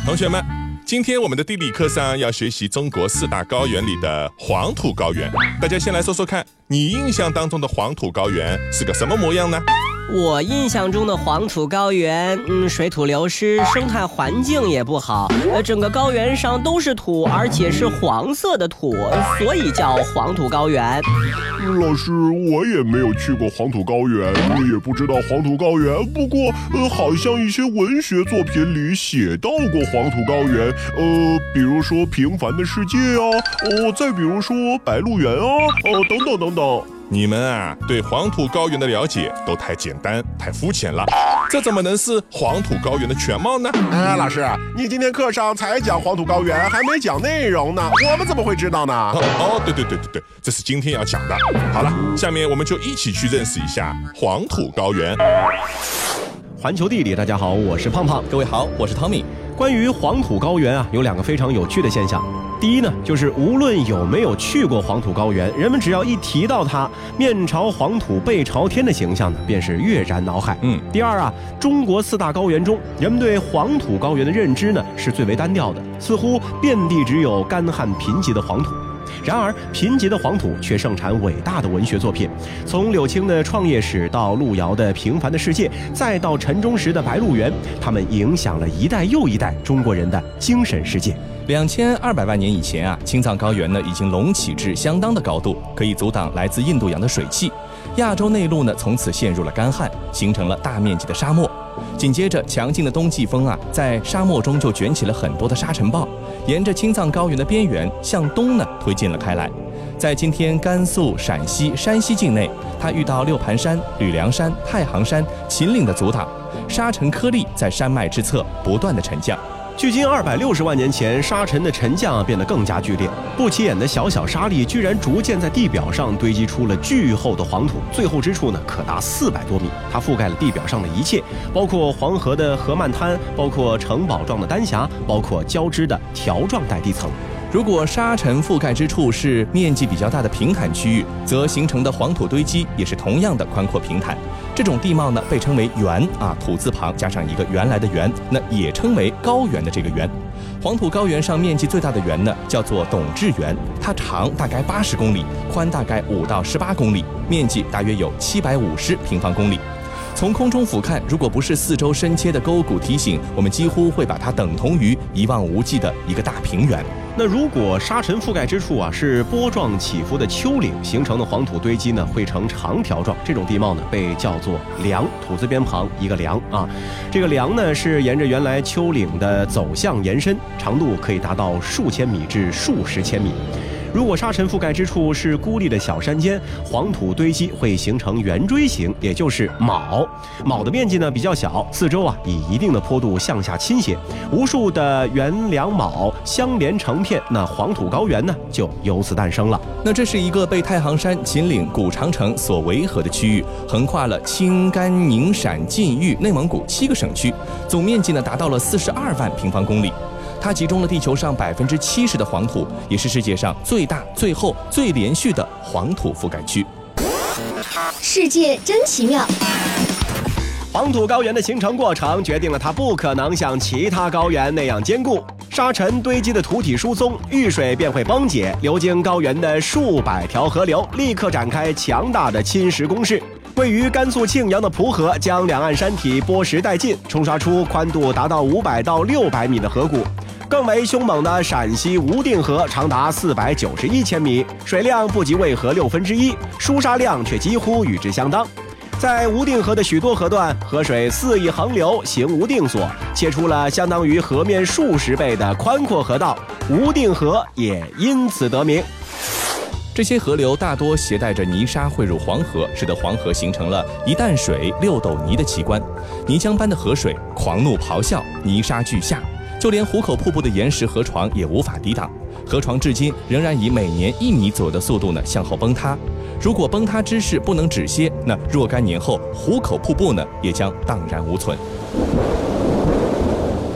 同学们，今天我们的地理课上要学习中国4大高原里的黄土高原。大家先来说说看，你印象当中的黄土高原是个什么模样呢？ 我印象中的黄土高原，水土流失，生态环境也不好，整个高原上都是土，而且是黄色的土，所以叫黄土高原。 老师，我也没有去过黄土高原，也不知道黄土高原。不过，好像一些文学作品里写到过黄土高原，比如说《平凡的世界》啊，再比如说《白鹿原》啊，等等等等。 你们啊，对黄土高原的了解都太简单、太肤浅了，这怎么能是黄土高原的全貌呢？ 老师，你今天课上才讲黄土高原，还没讲内容呢，我们怎么会知道呢？ 对，这是今天要讲的。好了，下面我们就一起去认识一下黄土高原。 环球地理，大家好，我是胖胖。 各位好，我是汤米。 关于黄土高原啊，有2个非常有趣的现象。第一呢，就是无论有没有去过黄土高原，人们只要一提到它，面朝黄土背朝天的形象呢，便是跃然脑海。第二啊，中国4大高原中，人们对黄土高原的认知呢是最为单调的，似乎遍地只有干旱贫瘠的黄土。然而，贫瘠的黄土却盛产伟大的文学作品，从柳青的《创业史》到路遥的《平凡的世界》，再到陈忠实的《白鹿原》，他们影响了一代又一代中国人的精神世界。 2200万年以前啊，青藏高原呢已经隆起至相当的高度，可以阻挡来自印度洋的水汽。亚洲内陆呢从此陷入了干旱，形成了大面积的沙漠。紧接着，强劲的冬季风啊，在沙漠中就卷起了很多的沙尘暴，沿着青藏高原的边缘向东呢推进了开来。在今天甘肃、陕西、山西境内，它遇到六盘山、吕梁山、太行山、秦岭的阻挡，沙尘颗粒在山脉之侧不断的沉降。 距今260万年前，沙尘的沉降变得更加剧烈，不起眼的小小沙粒居然逐渐在地表上堆积出了巨厚的黄土，最厚之处呢可达400多米。它覆盖了地表上的一切，包括黄河的河漫滩，包括城堡状的丹霞，包括交织的条状带地层。 如果沙尘覆盖之处是面积比较大的平坦区域，则形成的黄土堆积也是同样的宽阔平坦。这种地貌呢被称为原啊，土字旁加上一个原来的原，那也称为高原的这个原。黄土高原上面积最大的原呢叫做董志原，它长大概80公里，宽大概5到18公里，面积大约有750平方公里。从空中俯瞰，如果不是四周深切的沟谷提醒，我们几乎会把它等同于一望无际的一个大平原。 那如果沙尘覆盖之处啊是波状起伏的丘陵形成的黄土堆积呢，会呈长条状，这种地貌呢被叫做梁，土字边旁一个梁啊。这个梁呢是沿着原来丘陵的走向延伸，长度可以达到数千米至数十千米。如果沙尘覆盖之处是孤立的小山间，黄土堆积会形成圆锥形，也就是卯。卯的面积呢比较小，四周啊以一定的坡度向下倾斜，无数的圆梁卯相连成片，那黄土高原呢就由此诞生了。 那这是一个被太行山、秦岭、古长城所围合的区域，横跨了青、甘、宁、陕、晋、豫、内蒙古7个省区，总面积呢达到了42万平方公里。它集中了地球上70%的黄土，也是世界上最大、最厚、最连续的黄土覆盖区。 世界真奇妙。 黄土高原的形成过程决定了它不可能像其他高原那样坚固，沙尘堆积的土体疏松，遇水便会崩解，流经高原的数百条河流立刻展开强大的侵蚀攻势。位于甘肃庆阳的蒲河将两岸山体剥蚀殆尽，冲刷出宽度达到500到600米的河谷。更为凶猛的陕西无定河长达491千米，水量不及渭河1/6，疏沙量却几乎与之相当。在无定河的许多河段，河水肆意横流，行无定所，切出了相当于河面数十倍的宽阔河道，无定河也因此得名。 这些河流大多携带着泥沙汇入黄河，使得黄河形成了一担水6斗泥的奇观。泥浆般的河水狂怒咆哮，泥沙俱下，就连壶口瀑布的岩石河床也无法抵挡。河床至今仍然以每年1米左右的速度向后崩塌。如果崩塌之势不能止歇，那若干年后壶口瀑布也将荡然无存。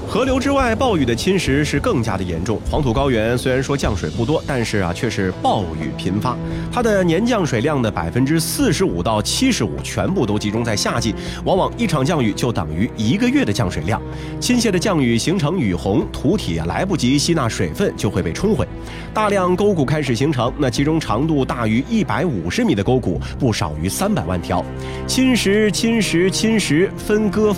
河流之外，暴雨的侵蚀是更加的严重。黄土高原虽然说降水不多，但是却是暴雨频发。它的年降水量的45%到75%全部都集中在夏季，往往一场降雨就等于1个月的降水量。倾泻的降雨形成雨洪，土体来不及吸纳水分就会被冲毁，大量沟谷开始形成。那其中长度大于150米的沟谷不少于300万条，侵蚀，分割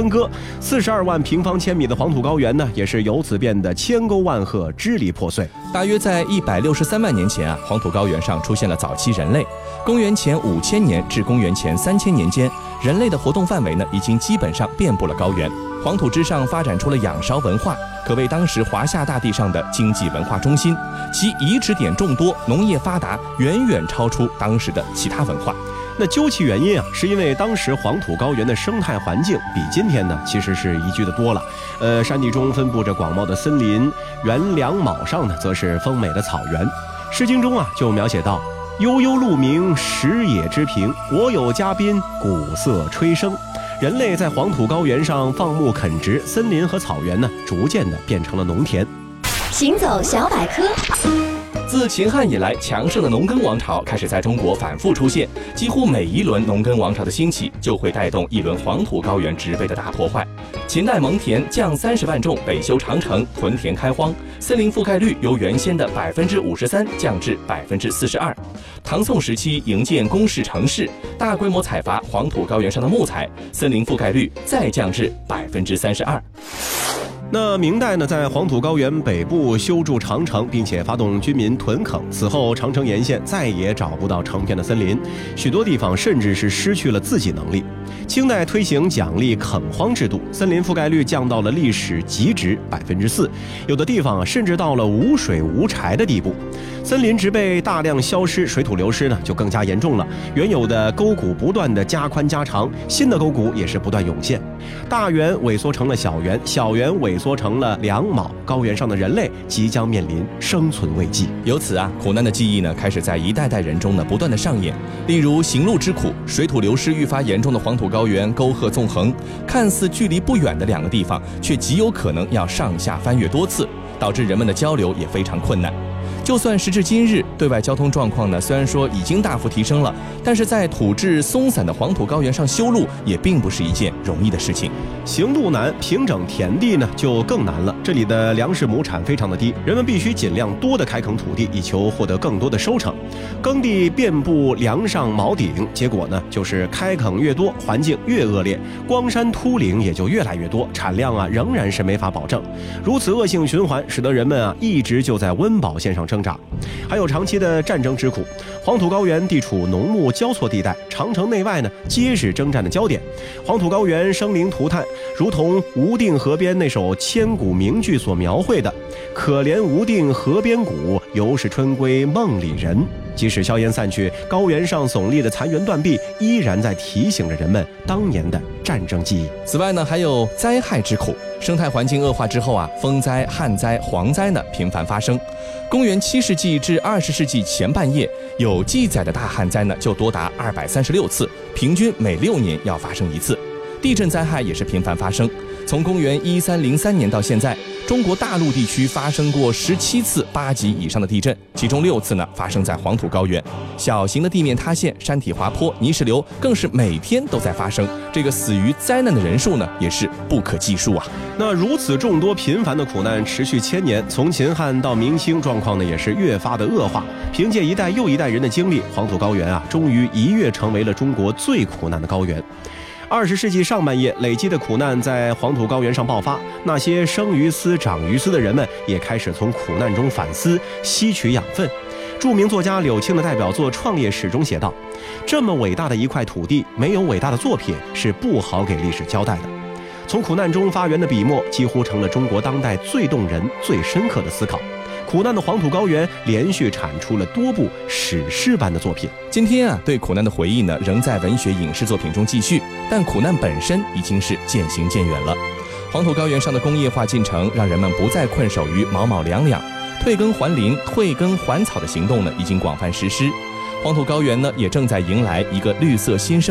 ，42万平方千米的黄土高原呢，也是由此变得千沟万壑，支离破碎。 大约在163万年前黄土高原上出现了早期人类。公元前5000年至公元前3000年间，人类的活动范围呢，已经基本上遍布了高原。黄土之上发展出了仰韶文化，可谓当时华夏大地上的经济文化中心，其遗址点众多，农业发达，远远超出当时的其他文化。 那究其原因是因为当时黄土高原的生态环境比今天呢其实是宜居的多了。山地中分布着广袤的森林，原梁卯上呢则是丰美的草原。《诗经》中就描写到：悠悠鹿鸣，食野之苹，国有嘉宾，鼓瑟吹笙。人类在黄土高原上放牧垦殖，森林和草原呢逐渐的变成了农田。 行走小百科。 自秦汉以来，强盛的农耕王朝开始在中国反复出现，几乎每一轮农耕王朝的兴起，就会带动一轮黄土高原植被的大破坏。秦代蒙恬降30万众，北修长城，屯田开荒，森林覆盖率由原先的53%降至42%。唐宋时期营建宫室城市，大规模采伐黄土高原上的木材，森林覆盖率再降至32%。 那明代呢，在黄土高原北部修筑长城，并且发动军民屯垦。此后，长城沿线再也找不到成片的森林，许多地方甚至是失去了自给能力。清代推行奖励垦荒制度，森林覆盖率降到了历史极值4%，有的地方甚至到了无水无柴的地步。森林植被大量消失，水土流失呢就更加严重了。原有的沟谷不断的加宽加长，新的沟谷也是不断涌现。大原萎缩成了小原，小原萎缩成了梁卯，高原上的人类即将面临生存危机。 由此苦难的记忆呢开始在一代代人中呢不断的上演。例如行路之苦，水土流失愈发严重的黄土高原，沟壑纵横，看似距离不远的两个地方，却极有可能要上下翻越多次，导致人们的交流也非常困难。就算时至今日，对外交通状况呢，虽然说已经大幅提升了，但是在土质松散的黄土高原上修路也并不是一件容易的事情。 行路难，平整田地呢就更难了。这里的粮食亩产非常的低，人们必须尽量多的开垦土地，以求获得更多的收成。耕地遍布梁上铆顶，结果呢就是开垦越多，环境越恶劣，荒山秃岭也就越来越多，产量仍然是没法保证。如此恶性循环，使得人们一直就在温饱线上挣扎。还有长期的战争之苦。黄土高原地处农牧交错地带，长城内外呢皆是征战的焦点。黄土高原生灵涂炭，如同无定河边那首千古名句所描绘的：可怜无定河边骨，犹是春归梦里人。即使硝烟散去，高原上耸立的残垣断壁依然在提醒着人们当年的战争记忆。 此外呢，还有灾害之苦。生态环境恶化之后风灾、旱灾、蝗灾呢频繁发生。公元7世纪至20世纪前半叶，有记载的大旱灾呢就多达236次，平均每6年要发生一次。地震灾害也是频繁发生。从公元1303年到现在，中国大陆地区发生过17次8级以上的地震，其中6次呢发生在黄土高原。小型的地面塌陷、山体滑坡、泥石流更是每天都在发生。这个死于灾难的人数呢也是不可计数啊。 那如此众多频繁的苦难持续1000年，从秦汉到明清，状况呢也是越发的恶化。凭借一代又一代人的经历，黄土高原终于一跃成为了中国最苦难的高原。20世纪上半叶，累积的苦难在黄土高原上爆发。那些生于斯、长于斯的人们，也开始从苦难中反思，吸取养分。著名作家柳青的代表作《创业史》中写道：这么伟大的一块土地，没有伟大的作品是不好给历史交代的。从苦难中发源的笔墨，几乎成了中国当代最动人、最深刻的思考。苦难的黄土高原连续产出了多部史诗般的作品。 今天对苦难的回忆呢，仍在文学影视作品中继续，但苦难本身已经是渐行渐远了。黄土高原上的工业化进程，让人们不再困守于毛毛两两，退耕还林、退耕还草的行动呢，已经广泛实施。黄土高原呢，也正在迎来一个绿色新生。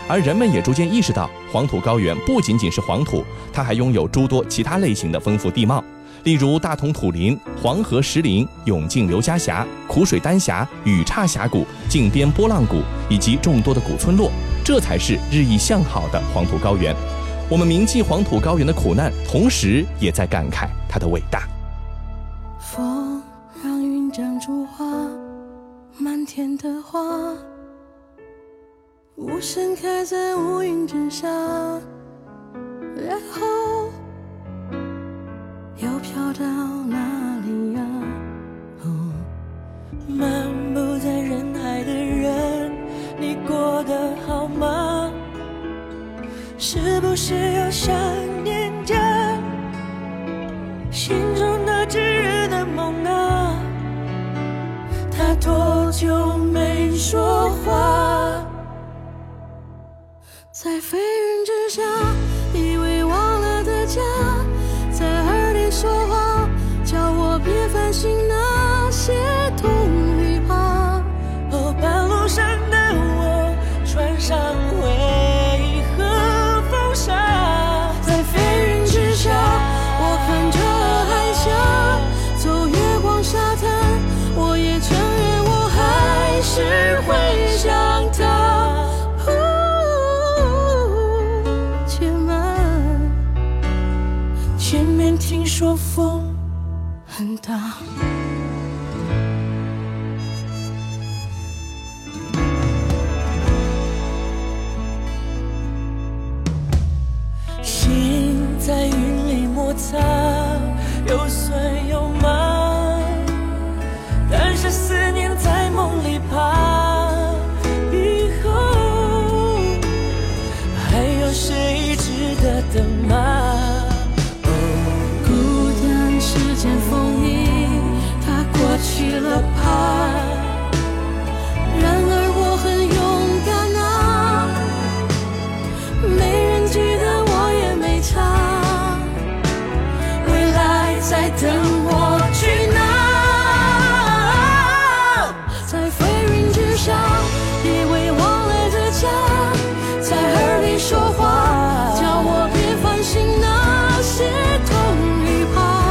而人们也逐渐意识到，黄土高原不仅仅是黄土，它还拥有诸多其他类型的丰富地貌，例如大同土林、黄河石林、永靖刘家峡、苦水丹峡、雨岔峡谷、靖边波浪谷以及众多的古村落，这才是日益向好的黄土高原。我们铭记黄土高原的苦难，同时也在感慨它的伟大。 风让云长出花，满天的花无声开在乌云之下，然后又飘到哪里呀？漫步在人海的人，你过得好吗？是不是又想念着心中那炙热的梦啊？他多久没说话？在飞云之下，以为忘了的家，在耳里说话，叫我别烦心那些痛与怕。哦，半路上的我穿上为何风沙？在飞云之下，我看着海峡，走月光沙滩，我也承认我还是会想他。前面听说风很大，心在云里摩擦，有酸有麻，但是思念在梦里爬，以后还有谁值得等吗？时间风雨，它过去了吧？然而我很勇敢啊，没人记得我也没差，未来在等我去哪？在飞云之下，以为忘了的家，在耳里说话，叫我别烦心那些痛与怕。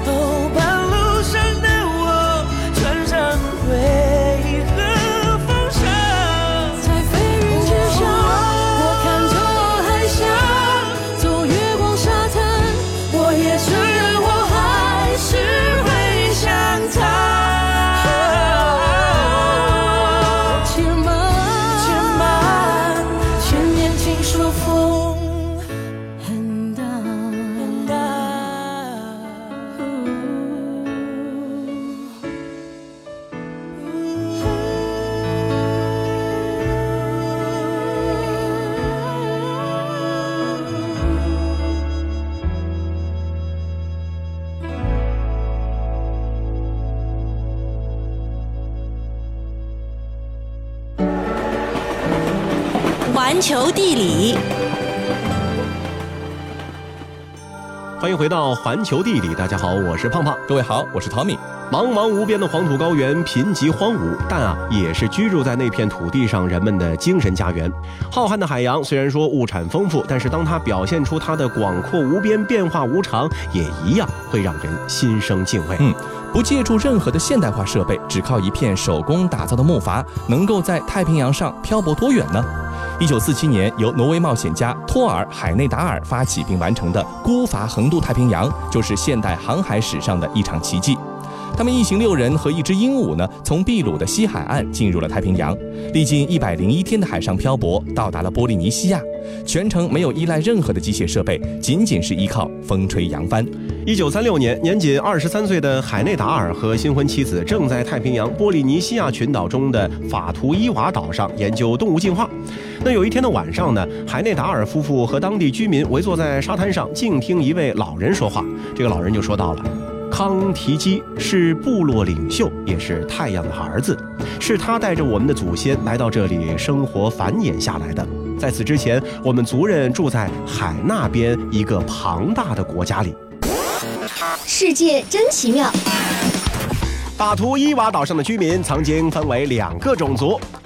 环球地理， 欢迎回到环球地理。大家好，我是胖胖。 各位好，我是 Tommy。 茫茫无边的黄土高原贫瘠荒芜，但也是居住在那片土地上人们的精神家园。浩瀚的海洋虽然说物产丰富，但是当它表现出它的广阔无边、变化无常，也一样会让人心生敬畏。 不借助任何的现代化设备，只靠一片手工打造的木筏，能够在太平洋上漂泊多远呢？1947年，由挪威冒险家托尔·海内达尔发起并完成的孤筏横渡太平洋，就是现代航海史上的一场奇迹。他们一行6人和一只鹦鹉呢，从秘鲁的西海岸进入了太平洋，历经101天的海上漂泊，到达了波利尼西亚。全程没有依赖任何的机械设备，仅仅是依靠风吹扬帆。 1936年，年仅23岁的海内达尔和新婚妻子正在太平洋波利尼西亚群岛中的法图伊瓦岛上研究动物进化。那有一天的晚上呢，海内达尔夫妇和当地居民围坐在沙滩上，静听一位老人说话。这个老人就说到了：康提基是部落领袖，也是太阳的儿子，是他带着我们的祖先来到这里生活繁衍下来的。在此之前，我们族人住在海那边一个庞大的国家里。 世界真奇妙。 法图伊瓦岛上的居民曾经分为2个种族，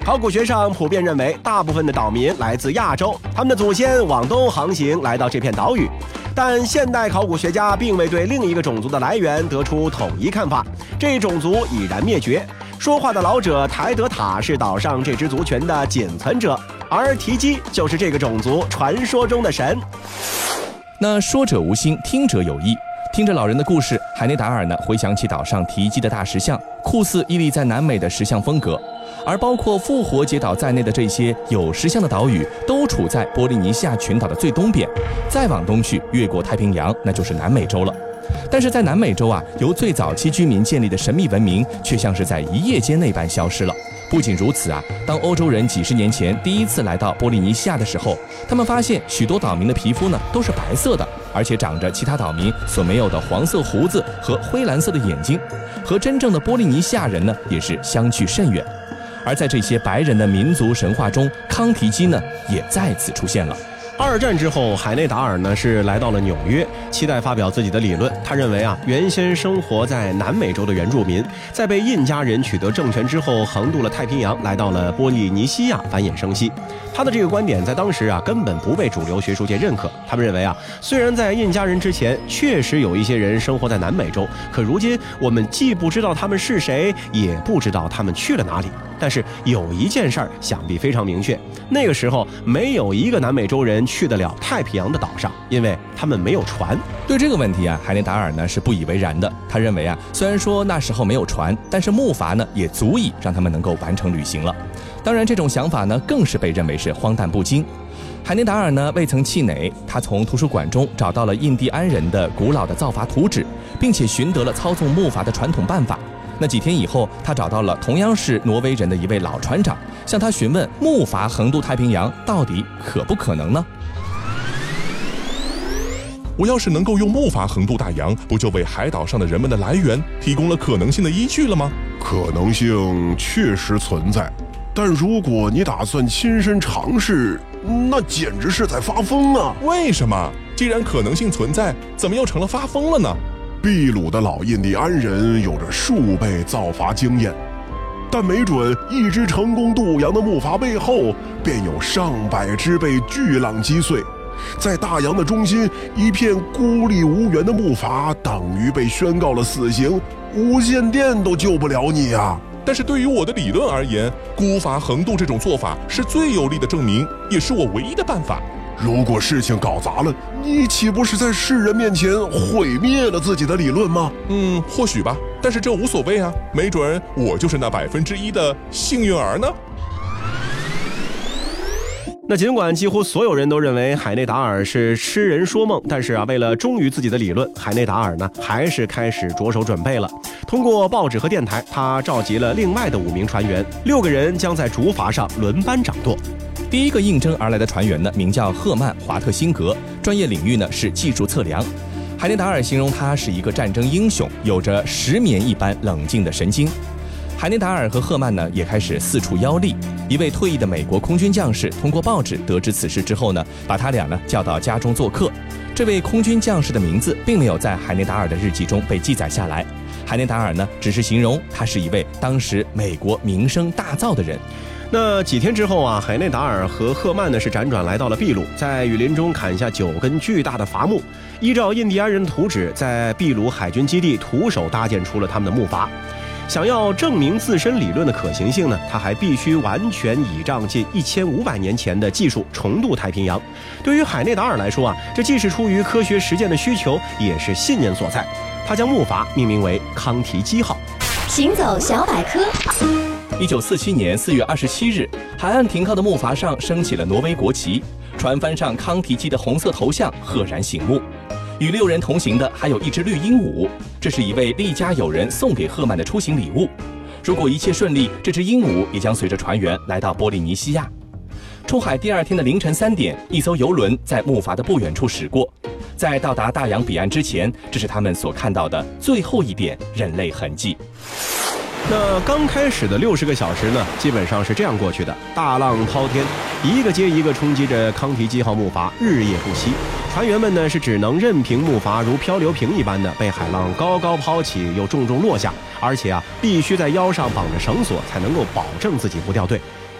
考古学上普遍认为，大部分的岛民来自亚洲，他们的祖先往东航行来到这片岛屿。但现代考古学家并未对另一个种族的来源得出统一看法，这一种族已然灭绝。说话的老者台德塔是岛上这支族群的仅存者，而提基就是这个种族传说中的神。 那说者无心，听者有意。听着老人的故事，海内达尔呢回想起岛上提基的大石像，酷似屹立在南美的石像风格。而包括复活节岛在内的这些有石像的岛屿，都处在波利尼西亚群岛的最东边，再往东去，越过太平洋，那就是南美洲了。但是在南美洲啊，由最早期居民建立的神秘文明，却像是在一夜间那般消失了。不仅如此啊，当欧洲人几十年前第一次来到波利尼西亚的时候，他们发现许多岛民的皮肤呢都是白色的，而且长着其他岛民所没有的黄色胡子和灰蓝色的眼睛，和真正的波利尼西亚人呢也是相去甚远。而在这些白人的民族神话中，康提基呢也再次出现了。 二战之后，海内达尔呢是来到了纽约，期待发表自己的理论。他认为啊，原先生活在南美洲的原住民，在被印加人取得政权之后，横渡了太平洋，来到了波利尼西亚繁衍生息。他的这个观点在当时啊根本不被主流学术界认可。他们认为啊，虽然在印加人之前确实有一些人生活在南美洲，可如今我们既不知道他们是谁，也不知道他们去了哪里。但是有一件事儿想必非常明确，那个时候没有一个南美洲人去得了太平洋的岛上，因为他们没有船。 对这个问题啊，海内达尔呢是不以为然的。他认为啊，虽然说那时候没有船，但是木筏呢也足以让他们能够完成旅行了。当然，这种想法呢更是被认为是荒诞不经。海内达尔呢未曾气馁，他从图书馆中找到了印第安人的古老的造筏图纸，并且寻得了操纵木筏的传统办法。那几天以后，他找到了同样是挪威人的一位老船长，向他询问木筏横渡太平洋到底可不可能呢？ 我要是能够用木筏横渡大洋，不就为海岛上的人们的来源提供了可能性的依据了吗？ 可能性确实存在，但如果你打算亲身尝试，那简直是在发疯啊！ 为什么？既然可能性存在，怎么又成了发疯了呢？ 秘鲁的老印第安人有着数倍造筏经验，但没准一只成功渡洋的木筏背后，便有上百只被巨浪击碎。在大洋的中心，一片孤立无援的木筏等于被宣告了死刑，无线电都救不了你啊！ 但是对于我的理论而言，孤筏横渡这种做法是最有力的证明，也是我唯一的办法。 如果事情搞砸了，你岂不是在世人面前毁灭了自己的理论吗？ 或许吧，但是这无所谓啊，没准我就是那1%的幸运儿呢。 那尽管几乎所有人都认为海内达尔是痴人说梦，但是啊，为了忠于自己的理论，海内达尔呢还是开始着手准备了。通过报纸和电台，他召集了另外的5名船员，6个人将在主筏上轮班掌舵。 第一个应征而来的船员呢，名叫赫曼·华特辛格，专业领域呢是技术测量。海内达尔形容他是一个战争英雄，有着石棉一般冷静的神经。海内达尔和赫曼呢也开始四处邀力。一位退役的美国空军将士通过报纸得知此事之后呢，把他俩呢叫到家中做客。这位空军将士的名字并没有在海内达尔的日记中被记载下来。海内达尔呢只是形容他是一位当时美国名声大噪的人。 那几天之后啊，海内达尔和赫曼呢是辗转来到了秘鲁，在雨林中砍下9根巨大的伐木，依照印第安人的图纸，在秘鲁海军基地徒手搭建出了他们的木筏。想要证明自身理论的可行性呢，他还必须完全倚仗近1500年前的技术重渡太平洋。对于海内达尔来说啊，这既是出于科学实践的需求，也是信念所在。他将木筏命名为康提基号。 行走小百科。 1947年4月27日，海岸停靠的木筏上升起了挪威国旗，船帆上康提基的红色头像赫然醒目。与6人同行的还有一只绿鹦鹉，这是一位利家友人送给赫曼的出行礼物。如果一切顺利，这只鹦鹉也将随着船员来到波利尼西亚。出海第2天的凌晨3点，一艘游轮在木筏的不远处驶过。在到达大洋彼岸之前，这是他们所看到的最后一点人类痕迹。 那刚开始的60个小时呢，基本上是这样过去的：大浪滔天，一个接一个冲击着康提基号木筏，日夜不息。船员们呢是只能任凭木筏如漂流瓶一般的被海浪高高抛起，又重重落下，而且啊必须在腰上绑着绳索，才能够保证自己不掉队。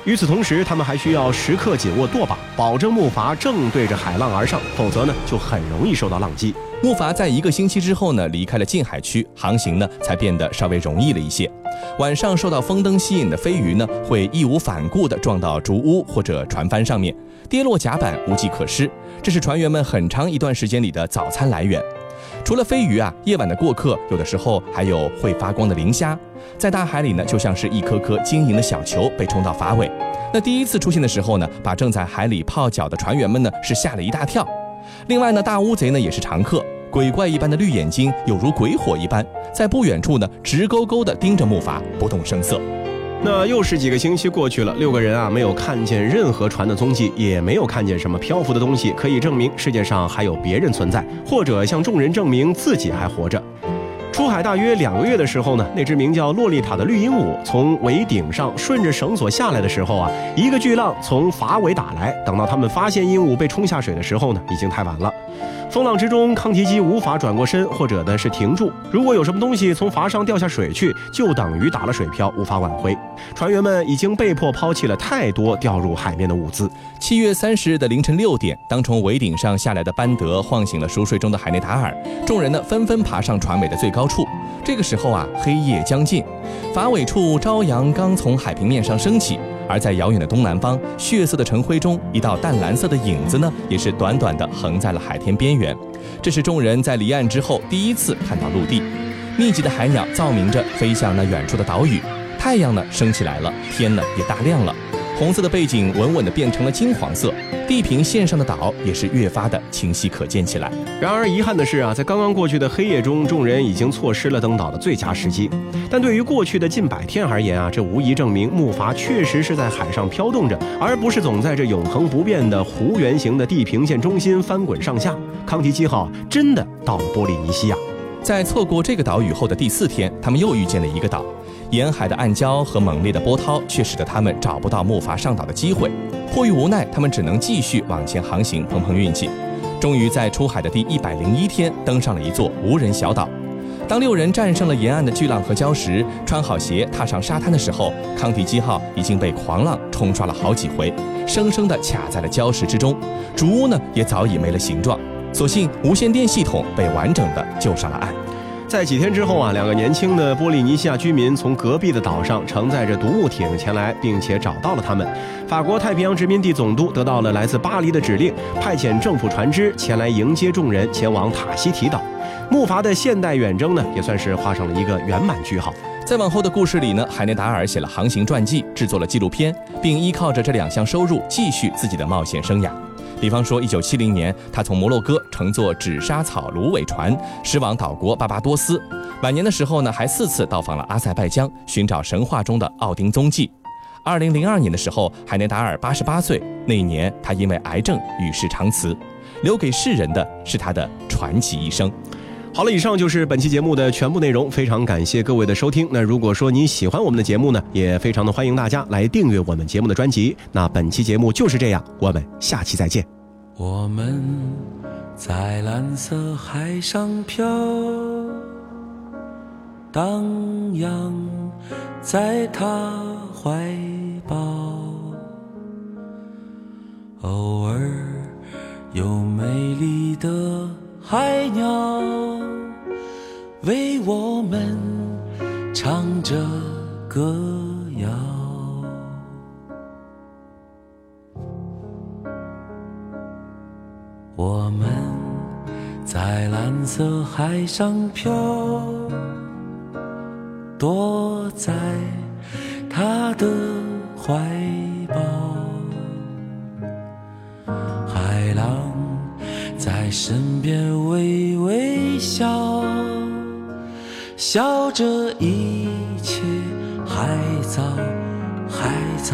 与此同时，他们还需要时刻紧握舵把，保证木筏正对着海浪而上，否则呢就很容易受到浪击。 木筏在1个星期之后呢，离开了近海区，航行呢才变得稍微容易了一些。晚上受到风灯吸引的飞鱼呢，会义无反顾地撞到竹屋或者船帆上面，跌落甲板，无计可施。这是船员们很长一段时间里的早餐来源。除了飞鱼啊，夜晚的过客有的时候还有会发光的磷虾，在大海里呢，就像是一颗颗晶莹的小球被冲到筏尾。那第一次出现的时候呢，把正在海里泡脚的船员们呢是吓了一大跳。另外呢，大乌贼呢也是常客，鬼怪一般的绿眼睛有如鬼火一般，在不远处呢直勾勾地盯着木筏，不动声色。 那又是几个星期过去了，6个人啊没有看见任何船的踪迹，也没有看见什么漂浮的东西，可以证明世界上还有别人存在，或者向众人证明自己还活着。出海大约2个月的时候呢，那只名叫洛丽塔的绿鹦鹉从桅顶上顺着绳索下来的时候啊，一个巨浪从筏尾打来，等到他们发现鹦鹉被冲下水的时候呢，已经太晚了。风浪之中，康提基无法转过身，或者呢是停住。如果有什么东西从筏上掉下水去，就等于打了水漂，无法挽回。船员们已经被迫抛弃了太多掉入海面的物资。 7月30日的凌晨6点，当从桅顶上下来的班德晃醒了熟睡中的海内达尔，众人呢纷纷爬上船尾的最高处。这个时候啊，黑夜将近，筏尾处朝阳刚从海平面上升起。而在遥远的东南方，血色的晨辉中，一道淡蓝色的影子呢，也是短短的横在了海天边缘。这是众人在离岸之后第一次看到陆地。密集的海鸟噪鸣着飞向那远处的岛屿，太阳呢升起来了，天呢也大亮了，红色的背景稳稳地变成了金黄色，地平线上的岛也是越发的清晰可见起来。 然而遗憾的是啊，在刚刚过去的黑夜中，众人已经错失了登岛的最佳时机。但对于过去的近100天而言啊，这无疑证明木筏确实是在海上飘动着，而不是总在这永恒不变的弧圆形的地平线中心翻滚上下。康提基号真的到了波利尼西亚。 在错过这个岛屿后的第4天，他们又遇见了一个岛。沿海的暗礁和猛烈的波涛却使得他们找不到木筏上岛的机会，迫于无奈，他们只能继续往前航行，碰碰运气。终于在出海的第101天登上了一座无人小岛。当6人战胜了沿岸的巨浪和礁石，穿好鞋踏上沙滩的时候，康提基号已经被狂浪冲刷了好几回，生生地卡在了礁石之中，竹屋呢也早已没了形状，所幸无线电系统被完整地救上了岸。 在几天之后啊，2个年轻的波利尼西亚居民从隔壁的岛上承载着独木艇前来，并且找到了他们。法国太平洋殖民地总督得到了来自巴黎的指令，派遣政府船只前来迎接众人前往塔希提岛。木筏的现代远征呢，也算是画上了一个圆满句号。 在往后的故事里呢，海内达尔写了航行传记，制作了纪录片，并依靠着这2项收入继续自己的冒险生涯。比方说1970年，他从摩洛哥乘坐纸莎草芦苇船驶往岛国巴巴多斯，晚年的时候呢，还4次到访了阿塞拜疆，寻找神话中的奥丁踪迹。2002年的时候，海内达尔88岁，那一年他因为癌症与世长辞，留给世人的是他的传奇一生。 好了，以上就是本期节目的全部内容，非常感谢各位的收听。那如果说你喜欢我们的节目呢，也非常的欢迎大家来订阅我们节目的专辑。那本期节目就是这样，我们下期再见。 我们在蓝色海上飘，荡漾在他怀抱，偶尔有美丽的海鸟为我们唱着歌谣。我们在蓝色海上飘，躲在他的怀抱，海浪在身边微微笑，笑着一切还早还早。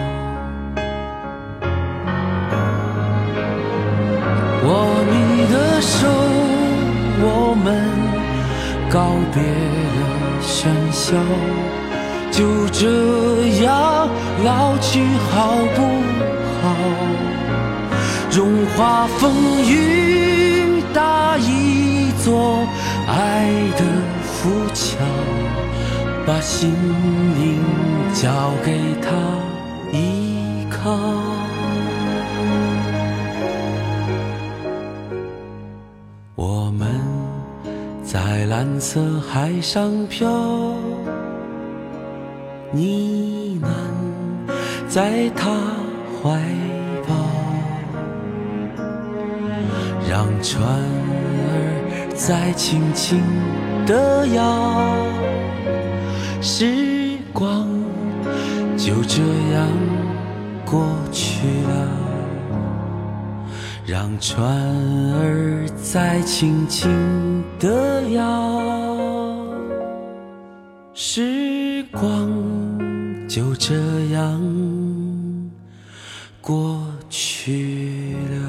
握你的手，我们告别了喧嚣，就这样老去好不好？融化风雨，搭一座爱的浮桥，把心灵交给他， 依靠。我们在蓝色海上漂，呢喃在他怀抱，让船儿再轻轻地摇，时光就这样过去了，让船儿再轻轻地摇，时光就这样过去了。